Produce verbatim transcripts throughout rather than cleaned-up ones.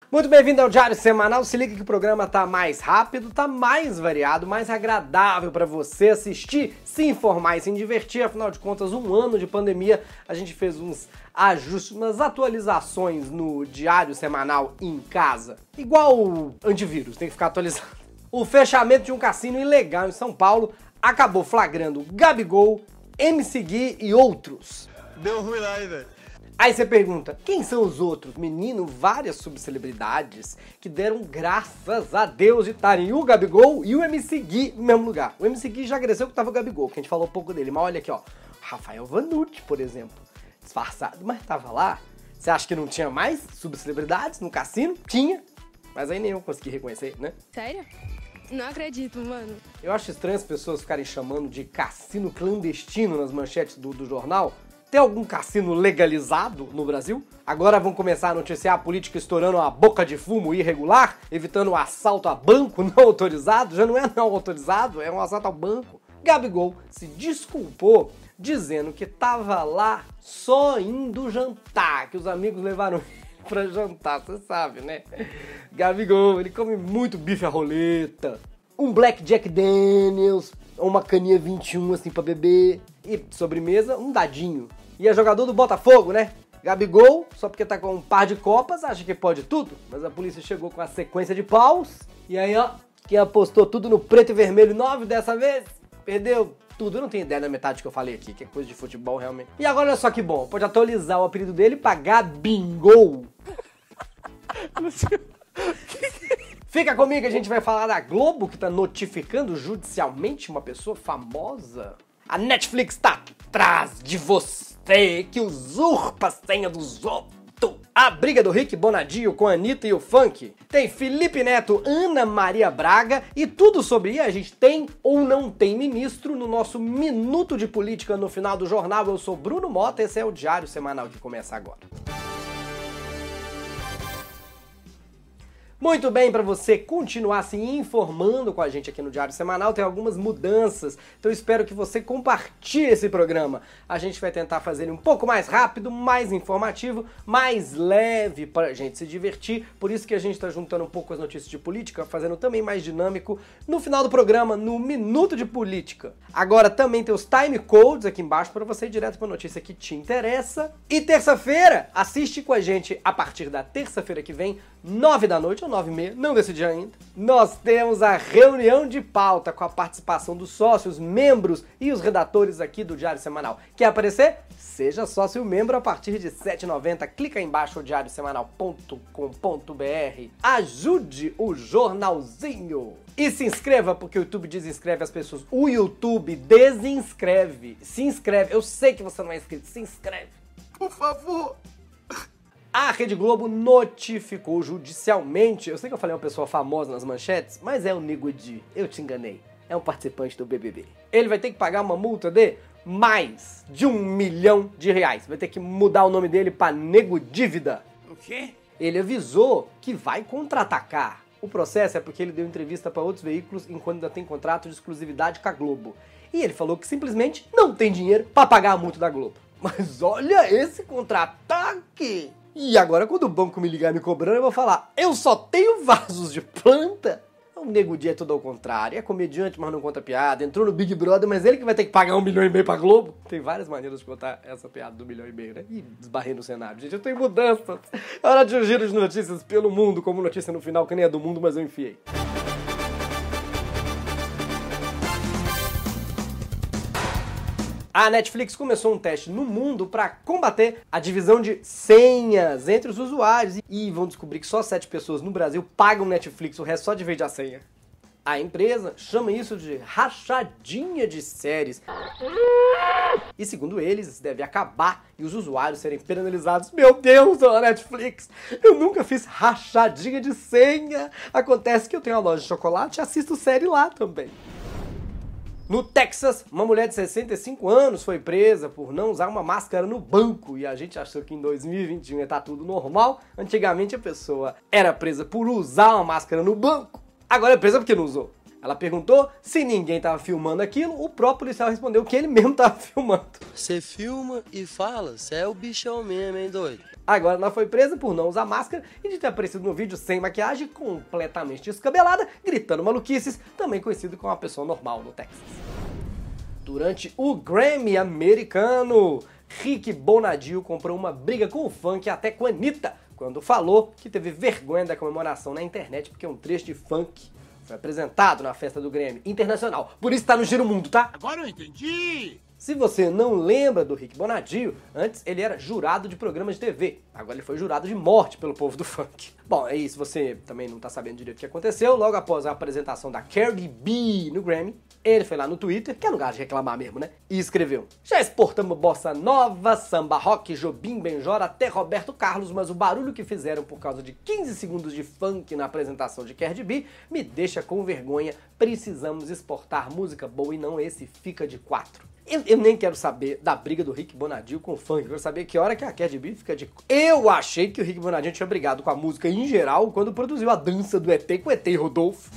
Muito bem-vindo ao Diário Semanal. Se liga que o programa tá mais rápido, tá mais variado, mais agradável para você assistir, se informar e se divertir. Afinal de contas, um ano de pandemia, a gente fez uns ajustes, umas atualizações no Diário Semanal em casa. Igual o antivírus, tem que ficar atualizado. O fechamento de um cassino ilegal em São Paulo acabou flagrando Gabigol, M C Gui e outros. Deu ruim lá, hein, velho? Aí você pergunta, quem são os outros? Menino, várias subcelebridades que deram graças a Deus de estarem o Gabigol e o M C Gui no mesmo lugar. O M C Gui já agradeceu que tava o Gabigol, que a gente falou um pouco dele. Mas olha aqui, ó, Rafael Vanucci, por exemplo, disfarçado, mas tava lá. Você acha que não tinha mais subcelebridades no cassino? Tinha, mas aí nem eu consegui reconhecer, né? Sério? Não acredito, mano. Eu acho estranho as pessoas ficarem chamando de cassino clandestino nas manchetes do, do jornal. Tem algum cassino legalizado no Brasil? Agora vão começar a noticiar a política estourando a boca de fumo irregular, evitando o assalto a banco não autorizado. Já não é não autorizado, é um assalto ao banco. Gabigol se desculpou dizendo que tava lá só indo jantar, que os amigos levaram pra jantar, você sabe, né? Gabigol, ele come muito bife à roleta, um Black Jack Daniels, uma caninha vinte e um assim pra beber, e de sobremesa, um dadinho. E é jogador do Botafogo, né? Gabigol, só porque tá com um par de copas, acha que pode tudo, mas a polícia chegou com a sequência de paus, e aí ó, quem apostou tudo no preto e vermelho nove dessa vez, perdeu tudo. Eu não tenho ideia da metade que eu falei aqui, que é coisa de futebol realmente. E agora olha só que bom, pode atualizar o apelido dele pra Gabingol. Fica comigo, a gente vai falar da Globo, que tá notificando judicialmente uma pessoa famosa. A Netflix tá atrás de você, que usurpa a senha dos outros. A briga do Rick Bonadio com a Anitta e o funk. Tem Felipe Neto, Ana Maria Braga e tudo sobre isso. A gente tem ou não tem ministro no nosso Minuto de Política no final do jornal. Eu sou Bruno Mota, esse é o Diário Semanal que começa agora. Muito bem, para você continuar se informando com a gente aqui no Diário Semanal, tem algumas mudanças, então eu espero que você compartilhe esse programa. A gente vai tentar fazer ele um pouco mais rápido, mais informativo, mais leve para a gente se divertir, por isso que a gente está juntando um pouco as notícias de política, fazendo também mais dinâmico no final do programa, no Minuto de Política. Agora também tem os time codes aqui embaixo para você ir direto para a notícia que te interessa. E terça-feira, assiste com a gente a partir da terça-feira que vem, nove da noite ou nove e meia, não decidi ainda. Nós temos a reunião de pauta com a participação dos sócios, membros e os redatores aqui do Diário Semanal. Quer aparecer? Seja sócio membro a partir de sete reais e noventa centavos. Clica aí embaixo, diário semanal ponto com ponto br. Ajude o jornalzinho. E se inscreva, porque o YouTube desinscreve as pessoas. O YouTube desinscreve. Se inscreve. Eu sei que você não é inscrito. Se inscreve. Por favor. A Rede Globo notificou judicialmente, eu sei que eu falei uma pessoa famosa nas manchetes, mas é o Nego Di, eu te enganei, é um participante do B B B. Ele vai ter que pagar uma multa de mais de um milhão de reais, vai ter que mudar o nome dele para Nego Dívida. O quê? Ele avisou que vai contra-atacar. O processo é porque ele deu entrevista para outros veículos enquanto ainda tem contrato de exclusividade com a Globo. E ele falou que simplesmente não tem dinheiro para pagar a multa da Globo. Mas olha esse contra-ataque! E agora quando o banco me ligar me cobrando, eu vou falar, eu só tenho vasos de planta? O Nego Di é tudo ao contrário, é comediante, mas não conta piada, entrou no Big Brother, mas ele que vai ter que pagar um milhão e meio pra Globo. Tem várias maneiras de contar essa piada do milhão e meio, né? E desbarrei no cenário. Gente, eu tô em mudanças. É hora de um giro de notícias pelo mundo, como notícia no final, que nem é do mundo, mas eu enfiei. A Netflix começou um teste no mundo para combater a divisão de senhas entre os usuários e vão descobrir que só sete pessoas no Brasil pagam Netflix, o resto só divide a senha. A empresa chama isso de rachadinha de séries. E segundo eles, isso deve acabar e os usuários serem penalizados. Meu Deus, a Netflix, eu nunca fiz rachadinha de senha. Acontece que eu tenho uma loja de chocolate e assisto série lá também. No Texas, uma mulher de sessenta e cinco anos foi presa por não usar uma máscara no banco e a gente achou que em dois mil e vinte e um ia estar tudo normal. Antigamente a pessoa era presa por usar uma máscara no banco, agora é presa porque não usou. Ela perguntou se ninguém estava filmando aquilo, o próprio policial respondeu que ele mesmo estava filmando. Você filma e fala, você é o bichão mesmo, hein, doido? Agora ela foi presa por não usar máscara e de ter aparecido no vídeo sem maquiagem, completamente descabelada, gritando maluquices, também conhecido como uma pessoa normal no Texas. Durante o Grammy americano, Rick Bonadio comprou uma briga com o funk e até com a Anitta, quando falou que teve vergonha da comemoração na internet porque um trecho de funk foi apresentado na festa do Grammy Internacional. Por isso tá no Giro Mundo, tá? Agora eu entendi! Se você não lembra do Rick Bonadio, antes ele era jurado de programas de T V. Agora ele foi jurado de morte pelo povo do funk. Bom, aí se você também não tá sabendo direito o que aconteceu, logo após a apresentação da Cardi B no Grammy, ele foi lá no Twitter, que é lugar de reclamar mesmo, né? E escreveu: já exportamos bossa nova, samba rock, Jobim, Benjora, até Roberto Carlos, mas o barulho que fizeram por causa de quinze segundos de funk na apresentação de Cardi B me deixa com vergonha. Precisamos exportar música boa e não esse fica de quatro. Eu, eu nem quero saber da briga do Rick Bonadio com o funk. Eu quero saber que hora que a Cardi B fica de... Eu achei que o Rick Bonadio tinha brigado com a música em geral quando produziu a dança do E T com o E T e Rodolfo.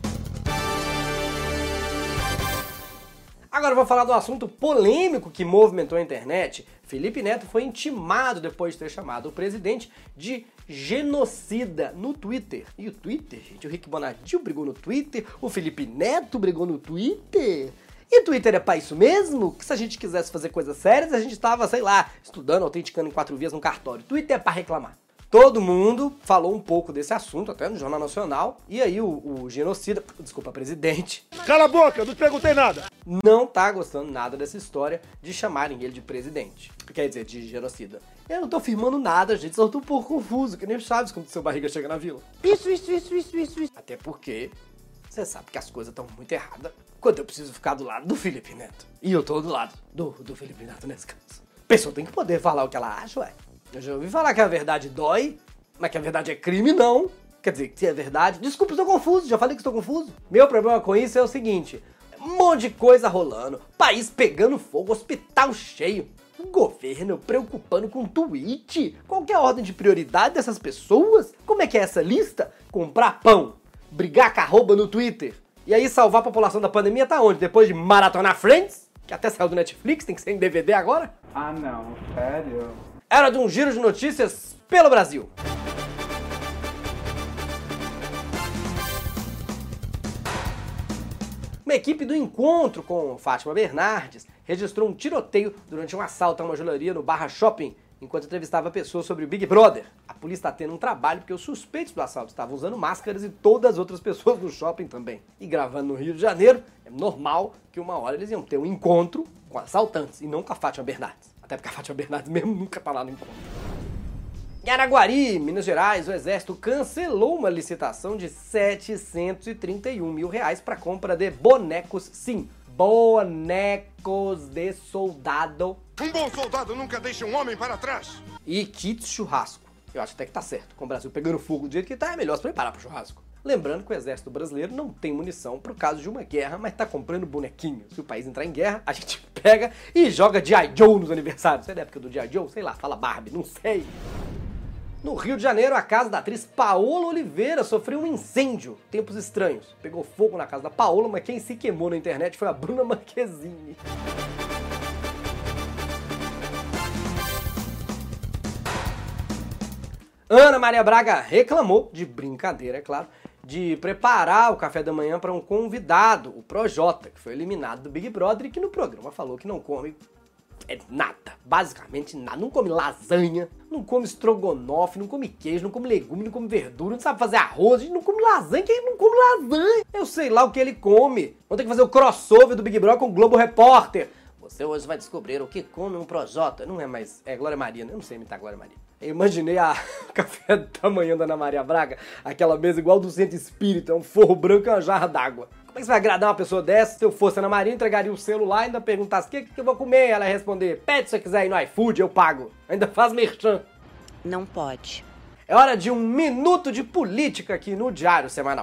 Agora eu vou falar de um assunto polêmico que movimentou a internet. Felipe Neto foi intimado depois de ter chamado o presidente de genocida no Twitter. E o Twitter, gente, o Rick Bonadio brigou no Twitter, o Felipe Neto brigou no Twitter... E Twitter é pra isso mesmo? Que se a gente quisesse fazer coisas sérias, a gente tava, sei lá, estudando, autenticando em quatro vias no cartório. Twitter é pra reclamar. Todo mundo falou um pouco desse assunto, até no Jornal Nacional. E aí o, o genocida, desculpa, presidente... Cala a boca, eu não te perguntei nada! Não tá gostando nada dessa história de chamarem ele de presidente. Quer dizer, de genocida. Eu não tô afirmando nada, gente, só tô um pouco confuso, que nem o Chaves quando seu barriga chega na vila. Isso, isso, isso, isso, isso, isso. Até porque... você sabe que as coisas estão muito erradas quando eu preciso ficar do lado do Felipe Neto. E eu tô do lado do, do Felipe Neto nesse caso. A pessoa tem que poder falar o que ela acha, ué. Eu já ouvi falar que a verdade dói, mas que a verdade é crime, não. Quer dizer, se é verdade... Desculpa, estou confuso, já falei que estou confuso. Meu problema com isso é o seguinte... um monte de coisa rolando, país pegando fogo, hospital cheio... o governo preocupando com tweet. Qual que é a ordem de prioridade dessas pessoas? Como é que é essa lista? Comprar pão, brigar com a arroba no Twitter. E aí salvar a população da pandemia tá onde? Depois de maratonar Friends? Que até saiu do Netflix, tem que ser em D V D agora? Ah não, sério? Era de um giro de notícias pelo Brasil. Uma equipe do Encontro com Fátima Bernardes registrou um tiroteio durante um assalto a uma joalheria no Barra Shopping, enquanto entrevistava pessoas sobre o Big Brother. A polícia está tendo um trabalho porque os suspeitos do assalto estavam usando máscaras e todas as outras pessoas no shopping também. E gravando no Rio de Janeiro, é normal que uma hora eles iam ter um encontro com assaltantes e não com a Fátima Bernardes. Até porque a Fátima Bernardes mesmo nunca tá lá no encontro. Em Araguari, Minas Gerais, o Exército cancelou uma licitação de setecentos e trinta e um mil reais para compra de bonecos, sim, bonecos de soldado. Um bom soldado nunca deixa um homem para trás. E kits churrasco. Eu acho até que tá certo. Com o Brasil pegando fogo do jeito que tá, é melhor se preparar pro churrasco. Lembrando que o exército brasileiro não tem munição pro caso de uma guerra, mas tá comprando bonequinho. Se o país entrar em guerra, a gente pega e joga G I. Joe nos aniversários. Você é da época do G I. Joe? Sei lá, fala Barbie, não sei. No Rio de Janeiro, a casa da atriz Paola Oliveira sofreu um incêndio. Tempos estranhos. Pegou fogo na casa da Paola, mas quem se queimou na internet foi a Bruna Marquezine. Ana Maria Braga reclamou, de brincadeira, é claro, de preparar o café da manhã para um convidado, o Projota, que foi eliminado do Big Brother e que no programa falou que não come é nada, basicamente nada. Não come lasanha, não come estrogonofe, não come queijo, não come legume, não come verdura, não sabe fazer arroz, não come lasanha, quem não come lasanha? Eu sei lá o que ele come. Vamos ter que fazer o crossover do Big Brother com o Globo Repórter. Você hoje vai descobrir o que come um Projota. Não é mais, é Glória Maria, né? Eu não sei imitar Glória Maria. Eu imaginei a café da manhã da Ana Maria Braga, aquela mesa igual do Centro Espírita, um forro branco e uma jarra d'água. Como é que você vai agradar uma pessoa dessa? Se eu fosse Ana Maria, entregaria o celular e ainda perguntasse o que, que eu vou comer. Ela ia responder, pede se você quiser ir no iFood, eu pago. Ainda faz merchan. Não pode. É hora de um minuto de política aqui no Diário Semanal.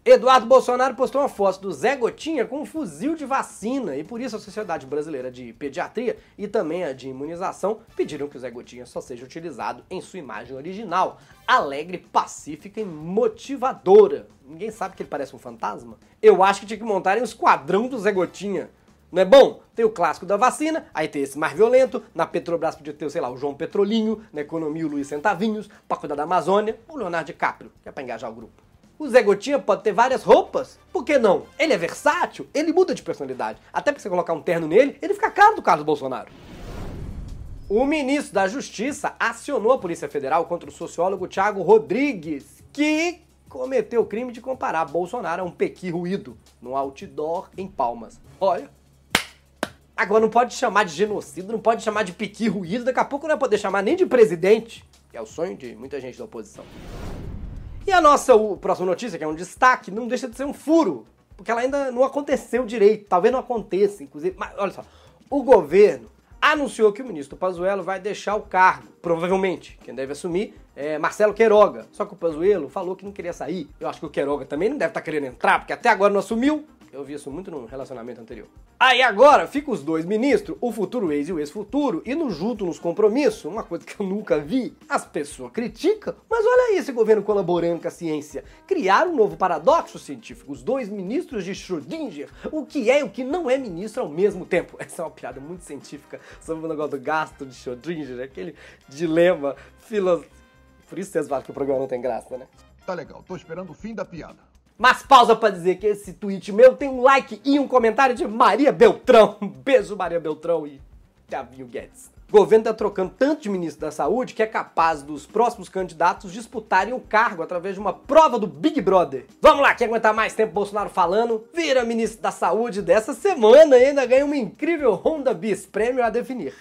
Eduardo Bolsonaro postou uma foto do Zé Gotinha com um fuzil de vacina e por isso a Sociedade Brasileira de Pediatria e também a de Imunização pediram que o Zé Gotinha só seja utilizado em sua imagem original, alegre, pacífica e motivadora. Ninguém sabe que ele parece um fantasma? Eu acho que tinha que montarem um esquadrão do Zé Gotinha. Não é bom? Tem o clássico da vacina, aí tem esse mais violento, na Petrobras podia ter, sei lá, o João Petrolinho, na Economia o Luiz Centavinhos, pra cuidar da Amazônia, o Leonardo DiCaprio, que é pra engajar o grupo. O Zé Gotinha pode ter várias roupas, por que não? Ele é versátil, ele muda de personalidade. Até porque você colocar um terno nele, ele fica a cara do Carlos Bolsonaro. O ministro da Justiça acionou a Polícia Federal contra o sociólogo Thiago Rodrigues, que cometeu o crime de comparar Bolsonaro a um pequi ruído no outdoor em Palmas. Olha. Agora não pode chamar de genocida, não pode chamar de pequi ruído, daqui a pouco não vai poder chamar nem de presidente, que é o sonho de muita gente da oposição. E a nossa o, próxima notícia, que é um destaque, não deixa de ser um furo, porque ela ainda não aconteceu direito, talvez não aconteça, inclusive. Mas olha só, o governo anunciou que o ministro Pazuello vai deixar o cargo, provavelmente. Quem deve assumir é Marcelo Queiroga. Só que o Pazuello falou que não queria sair. Eu acho que o Queiroga também não deve estar querendo entrar, porque até agora não assumiu. Eu vi isso muito no relacionamento anterior. Aí agora fica os dois ministros, o futuro ex e o ex-futuro, e no junto nos compromissos, uma coisa que eu nunca vi, as pessoas criticam, mas olha aí esse governo colaborando com a ciência. Criaram um novo paradoxo científico, os dois ministros de Schrödinger, o que é e o que não é ministro ao mesmo tempo. Essa é uma piada muito científica sobre o negócio do gasto de Schrödinger, aquele dilema filosófico. Por isso vocês falam que o programa não tem graça, né? Tá legal, tô esperando o fim da piada. Mas pausa pra dizer que esse tweet meu tem um like e um comentário de Maria Beltrão. Um beijo, Maria Beltrão e Tavinho Guedes. O governo tá trocando tanto de ministro da Saúde que é capaz dos próximos candidatos disputarem o cargo através de uma prova do Big Brother. Vamos lá, quer aguentar mais tempo Bolsonaro falando? Vira ministro da Saúde dessa semana e ainda ganha uma incrível Honda Bis, prêmio a definir.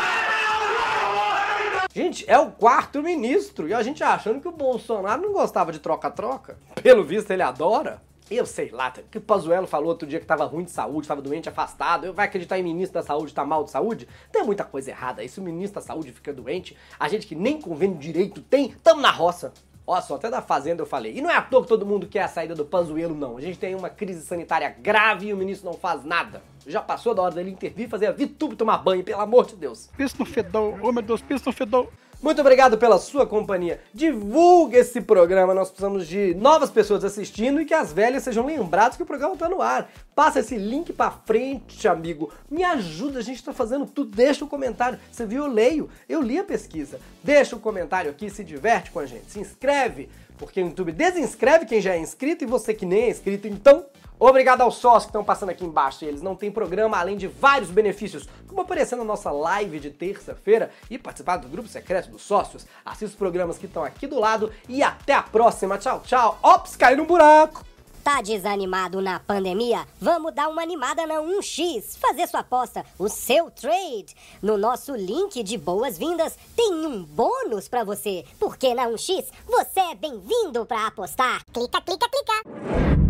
Gente, é o quarto ministro e a gente achando que o Bolsonaro não gostava de troca-troca. Pelo visto, ele adora. Eu sei lá, que o Pazuello falou outro dia que tava ruim de saúde, tava doente, afastado. Eu vai acreditar em ministro da saúde, tá mal de saúde? Tem muita coisa errada aí. Se o ministro da saúde fica doente, a gente que nem convênio direito tem, tamo na roça. Olha só, até da Fazenda eu falei. E não é à toa que todo mundo quer a saída do Pazuello, não. A gente tem uma crise sanitária grave e o ministro não faz nada. Já passou da hora dele intervir, fazer a VTube tomar banho, pelo amor de Deus. Piso no fedor, oh meu Deus, piso no fedor. Muito obrigado pela sua companhia. Divulgue esse programa, nós precisamos de novas pessoas assistindo e que as velhas sejam lembradas que o programa tá no ar. Passa esse link pra frente, amigo. Me ajuda, a gente tá fazendo tudo. Deixa o comentário. Você viu, eu leio. Eu li a pesquisa. Deixa o comentário aqui, se diverte com a gente. Se inscreve, porque o YouTube desinscreve quem já é inscrito e você que nem é inscrito, então... Obrigado aos sócios que estão passando aqui embaixo. Eles não têm programa, além de vários benefícios, como aparecer na nossa live de terça-feira e participar do grupo secreto dos sócios. Assista os programas que estão aqui do lado e até a próxima. Tchau, tchau. Ops, caiu no buraco. Tá desanimado na pandemia? Vamos dar uma animada na um x. Fazer sua aposta, o seu trade. No nosso link de boas-vindas tem um bônus pra você. Porque na um x você é bem-vindo pra apostar. Clica, clica, clica.